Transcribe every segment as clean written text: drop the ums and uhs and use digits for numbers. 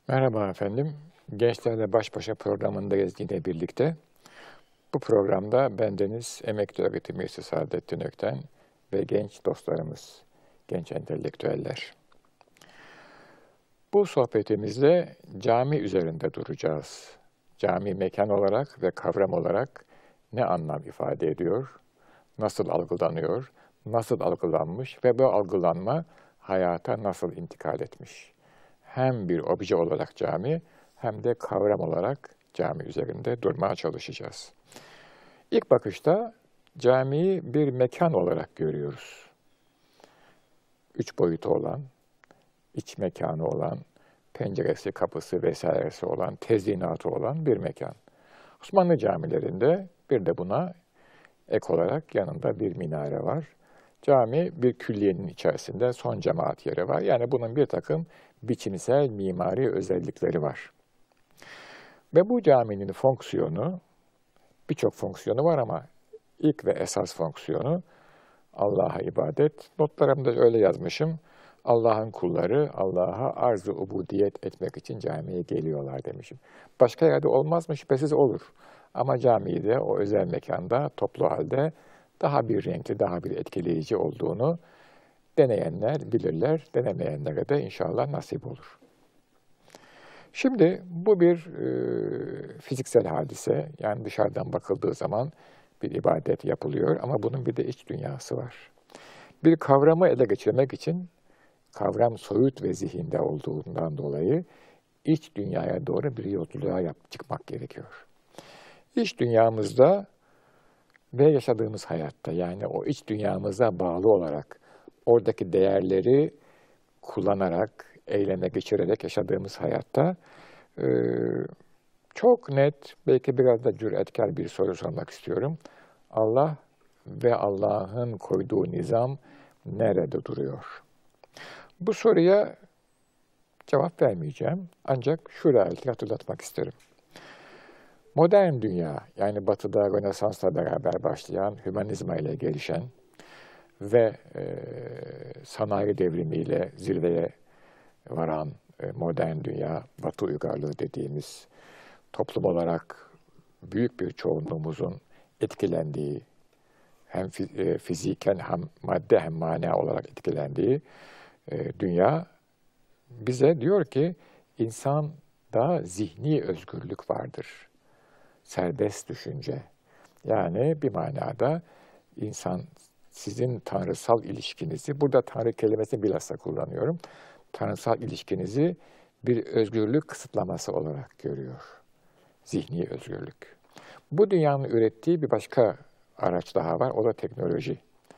Merhaba efendim. Gençlerle Baş Başa programındayız yine birlikte. Bu programda bendeniz emekli öğretim üyesi Saadettin Ökten ve genç dostlarımız, genç entelektüeller. Bu sohbetimizde cami üzerinde duracağız. Cami mekan olarak ve kavram olarak ne anlam ifade ediyor, nasıl algılanıyor, nasıl algılanmış ve bu algılanma hayata nasıl intikal etmiş? Hem bir obje olarak cami hem de kavram olarak cami üzerinde durmaya çalışacağız. İlk bakışta camiyi bir mekan olarak görüyoruz. Üç boyutu olan, iç mekanı olan, penceresi, kapısı vesairesi olan, tezyinatı olan bir mekan. Osmanlı camilerinde bir de buna ek olarak yanında bir minare var. Cami bir külliyenin içerisinde son cemaat yeri var. Yani bunun bir takım biçimsel mimari özellikleri var. Ve bu caminin fonksiyonu, birçok fonksiyonu var ama ilk ve esas fonksiyonu Allah'a ibadet. Notlarımda öyle yazmışım. Allah'ın kulları Allah'a arz-ı ubudiyet etmek için camiye geliyorlar demişim. Başka yerde olmaz mı? Şüphesiz olur. Ama camide, o özel mekanda, toplu halde daha bir renkli, daha bir etkileyici olduğunu deneyenler bilirler. Denemeyenlere de inşallah nasip olur. Şimdi bu bir fiziksel hadise. Yani dışarıdan bakıldığı zaman bir ibadet yapılıyor ama bunun bir de iç dünyası var. Bir kavramı ele geçirmek için kavram soyut ve zihinde olduğundan dolayı iç dünyaya doğru bir yolculuğa çıkmak gerekiyor. İç dünyamızda ve yaşadığımız hayatta, yani o iç dünyamıza bağlı olarak oradaki değerleri kullanarak, eyleme geçirerek yaşadığımız hayatta çok net, belki biraz da cüretkar bir soru sormak istiyorum. Allah ve Allah'ın koyduğu nizam nerede duruyor? Bu soruya cevap vermeyeceğim. Ancak şu realiteyi hatırlatmak isterim. Modern dünya, yani Batı'da Rönesans'la beraber başlayan, hümanizma ile gelişen ve sanayi devrimiyle zirveye varan modern dünya, Batı uygarlığı dediğimiz toplum olarak büyük bir çoğunluğumuzun etkilendiği, hem fiziken hem madde hem mana olarak etkilendiği dünya bize diyor ki insanda zihni özgürlük vardır. Serbest düşünce. Yani bir manada insan sizin tanrısal ilişkinizi, burada tanrı kelimesini bilhassa kullanıyorum, tanrısal ilişkinizi bir özgürlük kısıtlaması olarak görüyor. Zihni özgürlük. Bu dünyanın ürettiği bir başka araç daha var, o da teknoloji.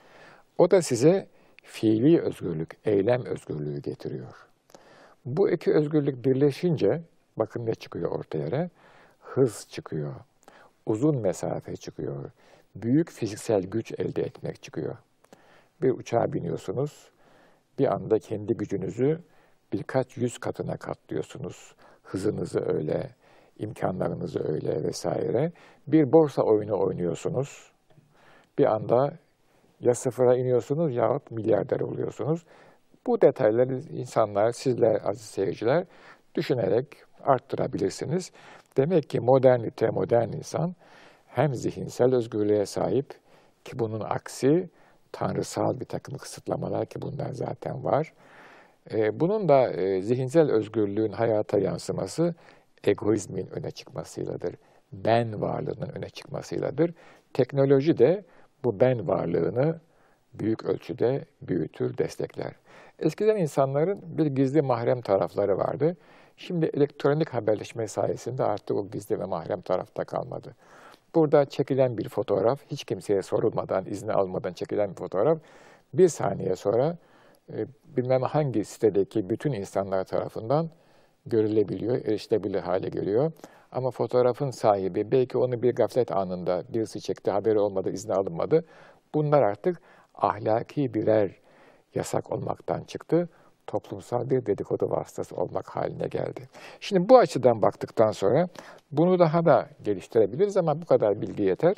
O da size fiili özgürlük, eylem özgürlüğü getiriyor. Bu iki özgürlük birleşince, bakın ne çıkıyor ortaya? Hız çıkıyor, uzun mesafe çıkıyor, büyük fiziksel güç elde etmek çıkıyor. Bir uçağa biniyorsunuz, bir anda kendi gücünüzü birkaç yüz katına katlıyorsunuz. Hızınızı öyle, imkanlarınızı öyle vesaire. Bir borsa oyunu oynuyorsunuz. Bir anda ya sıfıra iniyorsunuz yahut milyarder oluyorsunuz. Bu detayları insanlar, sizler aziz seyirciler düşünerek arttırabilirsiniz. Demek ki modernite, modern insan hem zihinsel özgürlüğe sahip ki bunun aksi tanrısal bir takım kısıtlamalar ki bunlar zaten var. Bunun da zihinsel özgürlüğün hayata yansıması egoizmin öne çıkmasıyladır. Ben varlığının öne çıkmasıyladır. Teknoloji de bu ben varlığını büyük ölçüde büyütür, destekler. Eskiden insanların bir gizli mahrem tarafları vardı. Şimdi elektronik haberleşme sayesinde artık o gizli ve mahrem tarafta kalmadı. Burada çekilen bir fotoğraf, hiç kimseye sorulmadan, izni almadan çekilen bir fotoğraf, bir saniye sonra bilmem hangi sitedeki bütün insanlar tarafından görülebiliyor, erişilebilir hale geliyor. Ama fotoğrafın sahibi belki onu bir gaflet anında birisi çekti, haberi olmadı, izni alınmadı. Bunlar artık ahlaki birer yasak olmaktan çıktı, toplumsal bir dedikodu vasıtası olmak haline geldi. Şimdi bu açıdan baktıktan sonra bunu daha da geliştirebiliriz ama bu kadar bilgi yeter.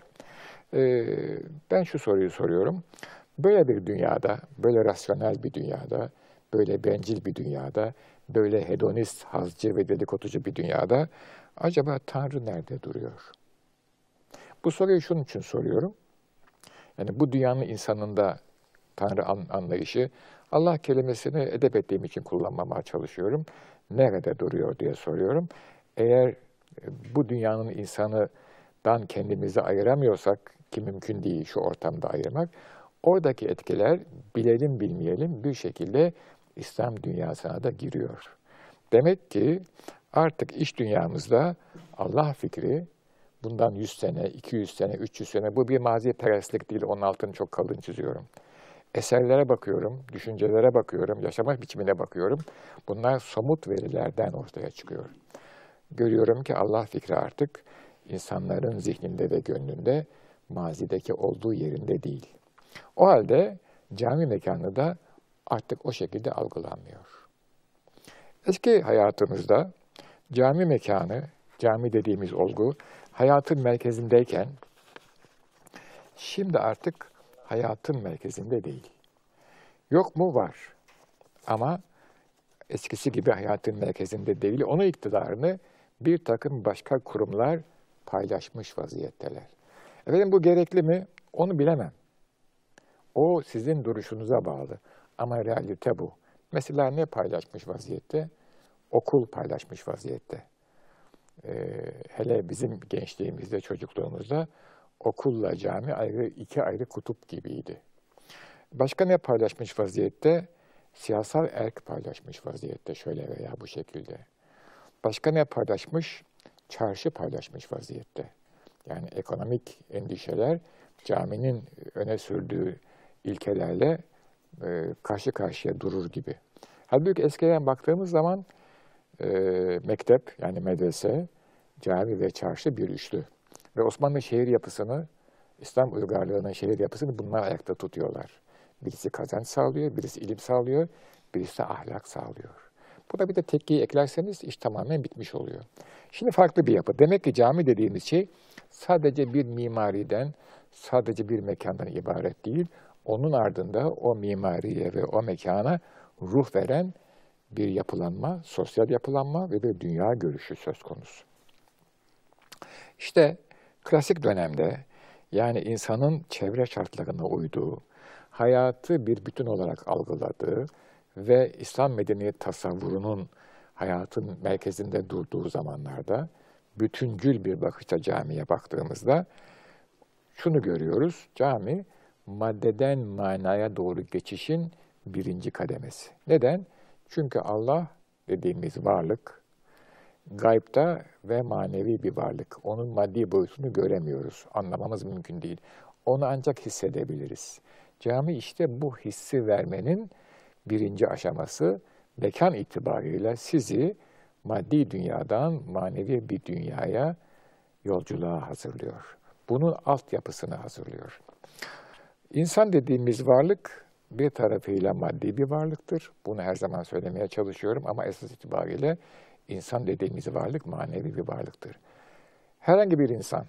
Ben şu soruyu soruyorum. Böyle bir dünyada, böyle rasyonel bir dünyada, böyle bencil bir dünyada, böyle hedonist, hazcı ve dedikoducu bir dünyada acaba Tanrı nerede duruyor? Bu soruyu şunun için soruyorum. Yani bu dünyanın insanında Tanrı anlayışı, Allah kelimesini edep ettiğim için kullanmamaya çalışıyorum. Nerede duruyor diye soruyorum. Eğer bu dünyanın insanından kendimizi ayıramıyorsak, ki mümkün değil şu ortamda ayırmak, oradaki etkiler bilelim bilmeyelim bir şekilde İslam dünyasına da giriyor. Demek ki artık iş dünyamızda Allah fikri bundan 100 sene, 200 sene, 300 sene, bu bir mazi perestlik değil, onun altını çok kalın çiziyorum. Eserlere bakıyorum, düşüncelere bakıyorum, yaşama biçimine bakıyorum. Bunlar somut verilerden ortaya çıkıyor. Görüyorum ki Allah fikri artık insanların zihninde ve gönlünde mazideki olduğu yerinde değil. O halde cami mekanı da artık o şekilde algılanmıyor. Eski hayatımızda cami mekanı, cami dediğimiz olgu hayatın merkezindeyken, şimdi artık hayatın merkezinde değil. Yok mu? Var. Ama eskisi gibi hayatın merkezinde değil, onun iktidarını bir takım başka kurumlar paylaşmış vaziyetteler. Efendim bu gerekli mi? Onu bilemem. O sizin duruşunuza bağlı. Ama realite bu. Mesela ne paylaşmış vaziyette? Okul paylaşmış vaziyette. Hele bizim gençliğimizde, çocukluğumuzda okulla cami iki ayrı kutup gibiydi. Başka ne paylaşmış vaziyette? Siyasal erk paylaşmış vaziyette şöyle veya bu şekilde. Başka ne paylaşmış? Çarşı paylaşmış vaziyette. Yani ekonomik endişeler caminin öne sürdüğü ilkelerle karşı karşıya durur gibi. Halbuki eskiden baktığımız zaman mektep yani medrese, cami ve çarşı bir üçlü. Ve Osmanlı şehir yapısını, İslam uygarlığının şehir yapısını bunlar ayakta tutuyorlar. Birisi kazanç sağlıyor, birisi ilim sağlıyor, birisi de ahlak sağlıyor. Buna bir de tekkiyi eklerseniz iş tamamen bitmiş oluyor. Şimdi farklı bir yapı. Demek ki cami dediğimiz şey sadece bir mimariden, sadece bir mekandan ibaret değil. Onun ardında o mimariye ve o mekana ruh veren bir yapılanma, sosyal yapılanma ve bir dünya görüşü söz konusu. İşte klasik dönemde yani insanın çevre şartlarına uyduğu, hayatı bir bütün olarak algıladığı ve İslam medeniyet tasavvurunun hayatın merkezinde durduğu zamanlarda bütüncül bir bakışta camiye baktığımızda şunu görüyoruz. Cami maddeden manaya doğru geçişin birinci kademesi. Neden? Çünkü Allah dediğimiz varlık gaybta ve manevi bir varlık. Onun maddi boyutunu göremiyoruz. Anlamamız mümkün değil. Onu ancak hissedebiliriz. Cami işte bu hissi vermenin birinci aşaması. Mekan itibariyle sizi maddi dünyadan manevi bir dünyaya yolculuğa hazırlıyor. Bunun altyapısını hazırlıyor. İnsan dediğimiz varlık bir tarafıyla maddi bir varlıktır. Bunu her zaman söylemeye çalışıyorum ama esas itibariyle insan dediğimiz varlık manevi bir varlıktır. Herhangi bir insan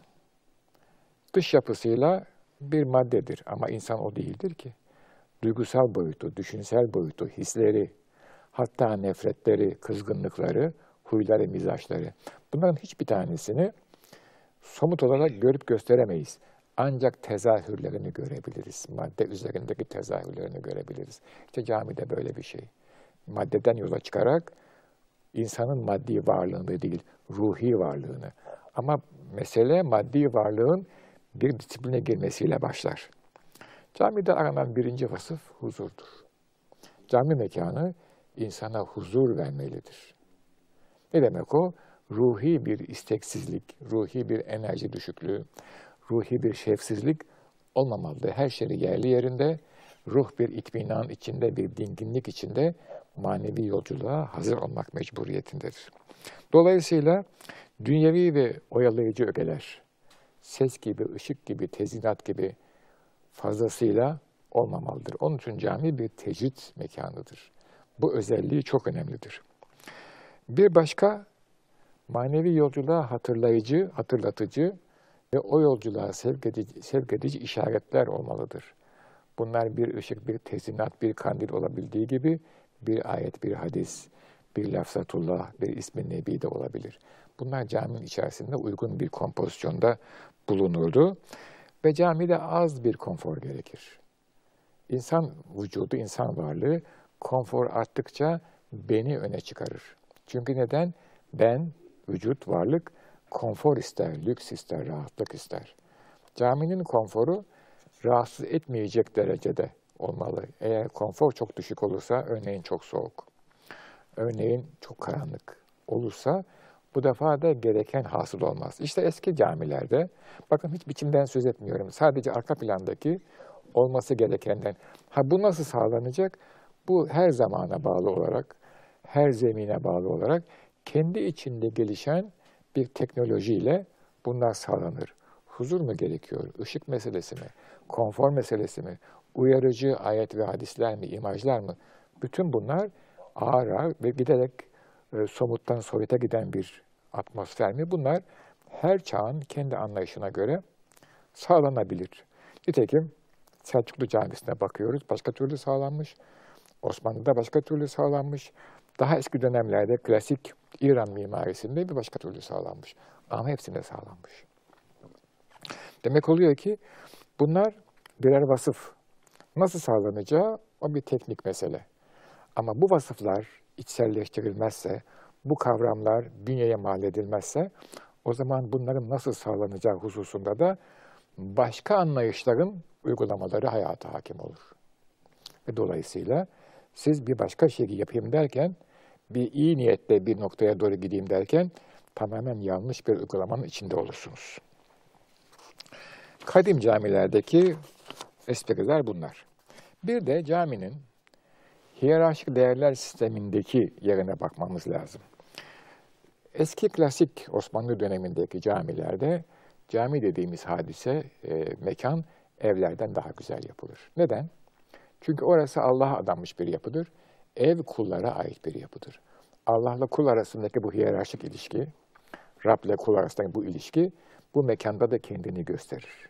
dış yapısıyla bir maddedir ama insan o değildir ki. Duygusal boyutu, düşünsel boyutu, hisleri, hatta nefretleri, kızgınlıkları, huyları, mizaçları. Bunların hiçbir tanesini somut olarak görüp gösteremeyiz. Ancak tezahürlerini görebiliriz. Madde üzerindeki tezahürlerini görebiliriz. İşte camide böyle bir şey. Maddeden yola çıkarak insanın maddi varlığını değil, ruhi varlığını. Ama mesele maddi varlığın bir disipline girmesiyle başlar. Camide aranan birinci vasıf huzurdur. Cami mekanı insana huzur vermelidir. Ne demek o? Ruhi bir isteksizlik, ruhi bir enerji düşüklüğü, ruhi bir şefsizlik olmamalıdır. Her şey yerli yerinde, ruh bir itminan içinde, bir dinginlik içinde manevi yolculuğa hazır olmak mecburiyetindedir. Dolayısıyla dünyevi ve oyalayıcı ögeler, ses gibi, ışık gibi, tezyinat gibi fazlasıyla olmamalıdır. Onun için cami bir tecrit mekanıdır. Bu özelliği çok önemlidir. Bir başka manevi yolculuğa hatırlayıcı, hatırlatıcı ve o yolculuğa sevk edici işaretler olmalıdır. Bunlar bir ışık, bir tezyinat, bir kandil olabildiği gibi bir ayet, bir hadis, bir lafzatullah, bir ismi nebi de olabilir. Bunlar caminin içerisinde uygun bir kompozisyonda bulunurdu. Ve camide az bir konfor gerekir. İnsan vücudu, insan varlığı konfor arttıkça beni öne çıkarır. Çünkü neden? Ben, vücut, varlık konfor ister, lüks ister, rahatlık ister. Caminin konforu rahatsız etmeyecek derecede olmalı. Eğer konfor çok düşük olursa, örneğin çok soğuk, örneğin çok karanlık olursa bu defa da gereken hasıl olmaz. İşte eski camilerde, bakın hiç biçimden söz etmiyorum, sadece arka plandaki olması gerekenden. Bu nasıl sağlanacak? Bu her zamana bağlı olarak, her zemine bağlı olarak kendi içinde gelişen bir teknolojiyle bunlar sağlanır. Huzur mu gerekiyor? Işık meselesi mi? Konfor meselesi mi? Uyarıcı ayet ve hadisler mi? İmajlar mı? Bütün bunlar ağır ağır ve giderek somuttan soyuta giden bir atmosfer mi? Bunlar her çağın kendi anlayışına göre sağlanabilir. Nitekim Selçuklu Camisi'ne bakıyoruz. Başka türlü sağlanmış. Osmanlı'da başka türlü sağlanmış. Daha eski dönemlerde klasik İran mimarisinde bir başka türlü sağlanmış. Ama hepsinde sağlanmış. Demek oluyor ki bunlar birer vasıf. Nasıl sağlanacağı o bir teknik mesele. Ama bu vasıflar içselleştirilmezse, bu kavramlar bünyeye mal edilmezse o zaman bunların nasıl sağlanacağı hususunda da başka anlayışların uygulamaları hayata hakim olur. Ve dolayısıyla siz bir başka şeyi yapayım derken, bir iyi niyetle bir noktaya doğru gideyim derken tamamen yanlış bir uygulamanın içinde olursunuz. Kadim camilerdeki espriler bunlar. Bir de caminin hiyerarşik değerler sistemindeki yerine bakmamız lazım. Eski klasik Osmanlı dönemindeki camilerde cami dediğimiz hadise, mekan evlerden daha güzel yapılır. Neden? Çünkü orası Allah'a adanmış bir yapıdır. Ev kullara ait bir yapıdır. Allah'la kul arasındaki bu hiyerarşik ilişki, Rab'le kul arasındaki bu ilişki bu mekanda da kendini gösterir.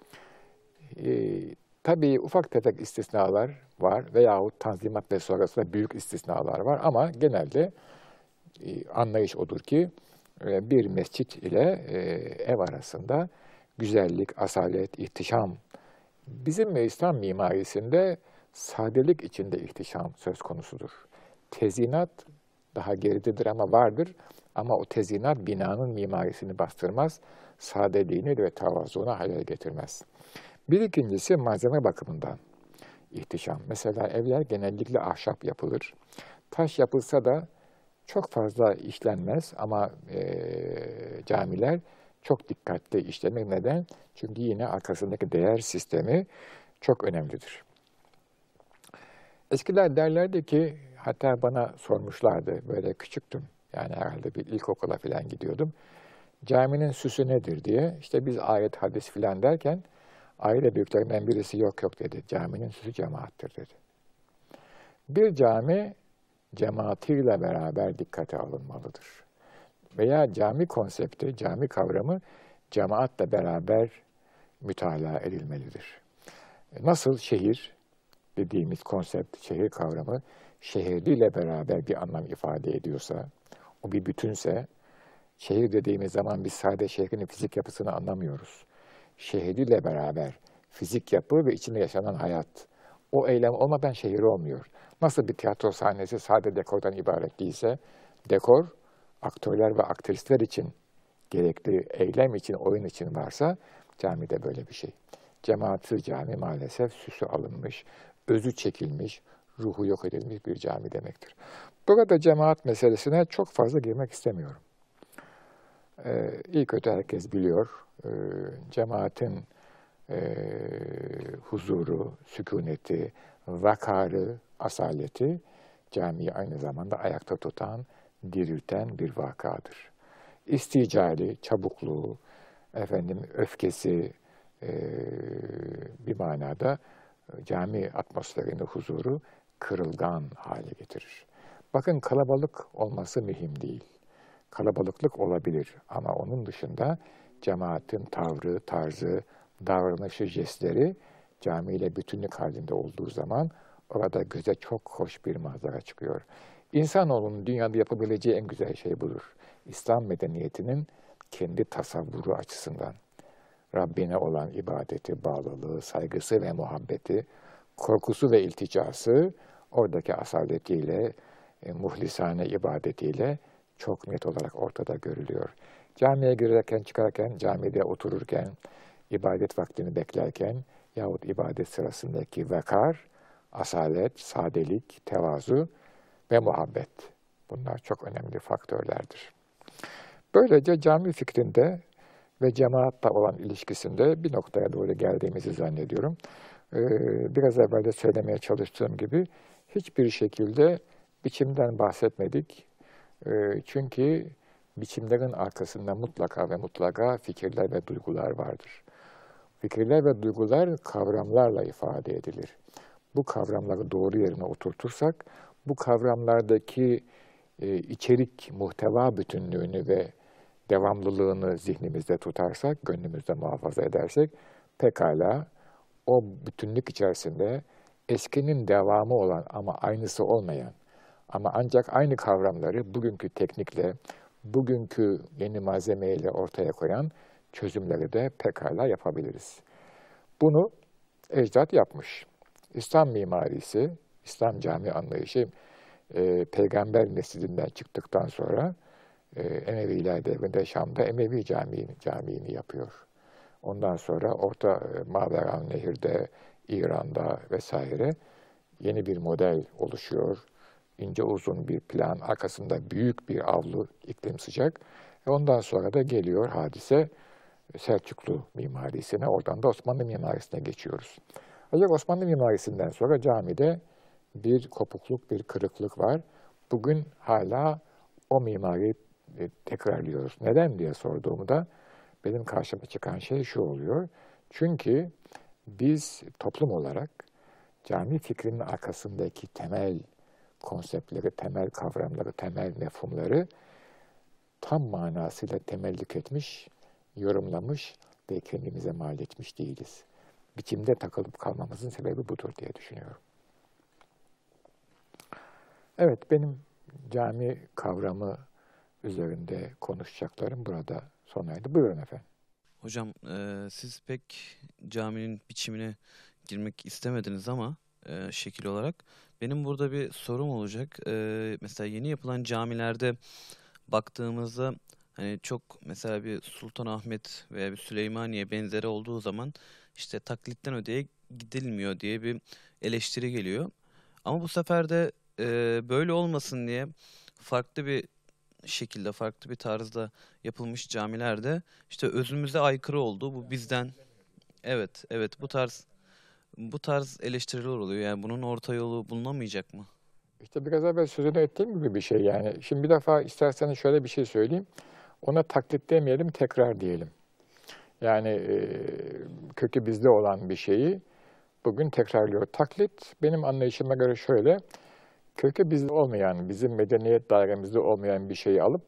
Tabii ufak tefek istisnalar var veyahut tanzimat ve sonrasında büyük istisnalar var ama genelde anlayış odur ki bir mescit ile ev arasında güzellik, asalet, ihtişam. Bizim İslam mimarisinde sadelik içinde ihtişam söz konusudur. Tezyinat daha geridedir ama vardır. Ama o tezyinat binanın mimarisini bastırmaz, sadeliğini ve tavazuunu hayal getirmez. Bir ikincisi malzeme bakımından ihtişam. Mesela evler genellikle ahşap yapılır. Taş yapılsa da çok fazla işlenmez ama camiler çok dikkatli işlenir. Neden? Çünkü yine arkasındaki değer sistemi çok önemlidir. Eskiler derlerdi ki, hatta bana sormuşlardı, böyle küçüktüm. Yani herhalde bir ilkokula falan gidiyordum. Caminin süsü nedir diye. İşte biz ayet, hadis filan derken aile büyüklerinden birisi yok dedi. Caminin süsü cemaattir dedi. Bir cami cemaatiyle beraber dikkate alınmalıdır. Veya cami konsepti, cami kavramı cemaatle beraber mütalaa edilmelidir. Nasıl şehir dediğimiz konsept, şehir kavramı şehirliyle beraber bir anlam ifade ediyorsa, o bir bütünse, şehir dediğimiz zaman biz sadece şehrin fizik yapısını anlamıyoruz. Şehirliyle beraber fizik yapı ve içinde yaşanan hayat. O eylem olmadan şehir olmuyor. Nasıl bir tiyatro sahnesi sade dekordan ibaret değilse, dekor, aktörler ve aktrisler için gerekli eylem için, oyun için varsa, cami de böyle bir şey. Cemaatsiz cami maalesef süsü alınmış, özü çekilmiş, ruhu yok edilmiş bir cami demektir. Burada cemaat meselesine çok fazla girmek istemiyorum. İyi kötü herkes biliyor. Cemaatin huzuru, sükuneti, vakarı, asaleti camiyi aynı zamanda ayakta tutan, dirilten bir vakadır. İsticali, çabukluğu, öfkesi bir manada cami atmosferinde huzuru kırılgan hale getirir. Bakın kalabalık olması mühim değil. Kalabalıklık olabilir ama onun dışında cemaatin tavrı, tarzı, davranışı, jestleri camiyle bütünlük halinde olduğu zaman Orada göze çok hoş bir manzara çıkıyor. İnsanoğlunun dünyada yapabileceği en güzel şey budur. İslam medeniyetinin kendi tasavvuru açısından Rabbine olan ibadeti, bağlılığı, saygısı ve muhabbeti, korkusu ve ilticası oradaki asaletiyle, muhlisane ibadetiyle çok net olarak ortada görülüyor. Camiye girerken, çıkarken, camide otururken, ibadet vaktini beklerken yahut ibadet sırasındaki vakar, asalet, sadelik, tevazu ve muhabbet. Bunlar çok önemli faktörlerdir. Böylece cami fikrinde ve cemaatle olan ilişkisinde bir noktaya doğru geldiğimizi zannediyorum. Biraz evvel de söylemeye çalıştığım gibi hiçbir şekilde biçimden bahsetmedik. Çünkü biçimlerin arkasında mutlaka ve mutlaka fikirler ve duygular vardır. Fikirler ve duygular kavramlarla ifade edilir. Bu kavramları doğru yerine oturtursak, bu kavramlardaki içerik, muhteva bütünlüğünü ve devamlılığını zihnimizde tutarsak, gönlümüzde muhafaza edersek, pekala o bütünlük içerisinde eskinin devamı olan ama aynısı olmayan, ama ancak aynı kavramları bugünkü teknikle, bugünkü yeni malzemeyle ortaya koyan çözümleri de pekala yapabiliriz. Bunu ecdat yapmış. İslam mimarisi, İslam cami anlayışı peygamber neslinden çıktıktan sonra Emeviler devrinde Şam'da Emevi Camii'ni yapıyor. Ondan sonra Orta Mavera'n Nehir'de, İran'da vesaire yeni bir model oluşuyor. İnce uzun bir plan, arkasında büyük bir avlu, iklim sıcak. Ondan sonra da geliyor hadise Selçuklu mimarisine, oradan da Osmanlı mimarisine geçiyoruz. Ancak Osmanlı mimarisinden sonra camide bir kopukluk, bir kırıklık var. Bugün hala o mimariyi tekrarlıyoruz. Neden diye sorduğumda benim karşıma çıkan şey şu oluyor. Çünkü biz toplum olarak cami fikrinin arkasındaki temel konseptleri, temel kavramları, temel mefhumları tam manasıyla temellik etmiş, yorumlamış ve kendimize mal etmiş değiliz. Biçimde takılıp kalmamızın sebebi budur diye düşünüyorum. Evet, benim cami kavramı üzerinde konuşacaklarım burada sona erdi. Buyurun efendim. Hocam siz pek caminin biçimine girmek istemediniz ama şekil olarak. Benim burada bir sorum olacak. Mesela yeni yapılan camilerde baktığımızda hani çok mesela bir Sultanahmet veya bir Süleymaniye benzeri olduğu zaman işte taklitten öteye gidilmiyor diye bir eleştiri geliyor. Ama bu sefer de böyle olmasın diye farklı bir şekilde, farklı bir tarzda yapılmış camilerde işte özümüze aykırı oldu. Bu bizden, evet, evet, bu tarz eleştiriler oluyor. Yani bunun orta yolu bulunamayacak mı? İşte biraz evvel sözünü ettiğim gibi bir şey yani. Şimdi bir defa isterseniz şöyle bir şey söyleyeyim. Ona taklit demeyelim, tekrar diyelim. Yani kökü bizde olan bir şeyi bugün tekrarlıyor. Taklit benim anlayışıma göre şöyle. Kökü bizde olmayan, bizim medeniyet dairemizde olmayan bir şeyi alıp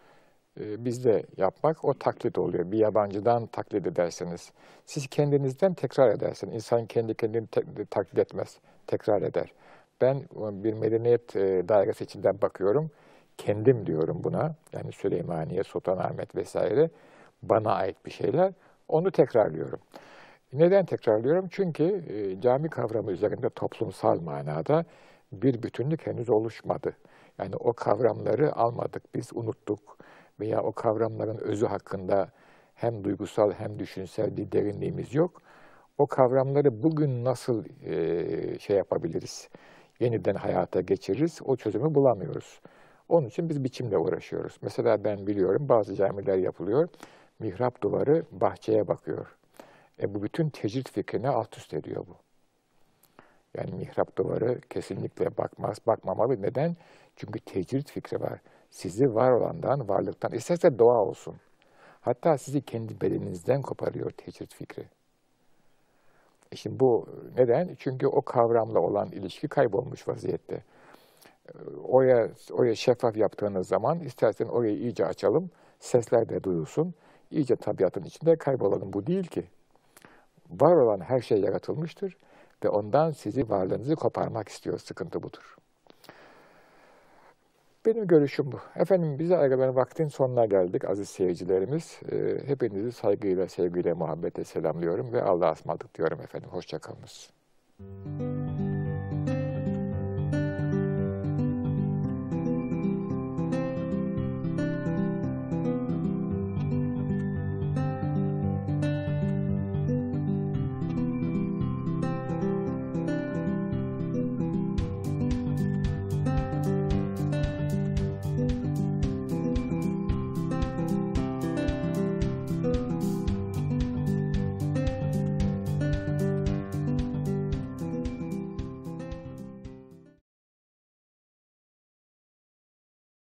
bizde yapmak o taklit oluyor. Bir yabancıdan taklit ederseniz. Siz kendinizden tekrar edersiniz. İnsan kendi kendini taklit etmez, tekrar eder. Ben bir medeniyet dairesi içinden bakıyorum. Kendim diyorum buna. Yani Süleymaniye, Sultanahmet vesaire bana ait bir şeyler. Onu tekrarlıyorum. Neden tekrarlıyorum? Çünkü cami kavramı üzerinde toplumsal manada bir bütünlük henüz oluşmadı. Yani o kavramları almadık, biz unuttuk veya o kavramların özü hakkında hem duygusal hem düşünsel bir derinliğimiz yok. O kavramları bugün nasıl şey yapabiliriz, yeniden hayata geçiririz, o çözümü bulamıyoruz. Onun için biz biçimle uğraşıyoruz. Mesela ben biliyorum bazı camiler yapılıyor, mihrap duvarı bahçeye bakıyor. Bu bütün tecrit fikrini alt üst ediyor bu. Yani mihrap duvarı kesinlikle bakmamalı. Neden? Çünkü tecrit fikri var. Sizi var olandan, varlıktan, isterse doğa olsun. Hatta sizi kendi bedeninizden koparıyor tecrit fikri. Şimdi bu neden? Çünkü o kavramla olan ilişki kaybolmuş vaziyette. Oraya şeffaf yaptığınız zaman istersen orayı iyice açalım, sesler de duyulsun, iyice tabiatın içinde kaybolalım. Bu değil ki. Var olan her şey yaratılmıştır ve ondan sizi, varlığınızı koparmak istiyor. Sıkıntı budur. Benim görüşüm bu. Efendim bize ayrılan vaktin sonuna geldik aziz seyircilerimiz. Hepinizi saygıyla, sevgiyle, muhabbetle selamlıyorum ve Allah'a ısmarladık diyorum efendim. Hoşça kalınız.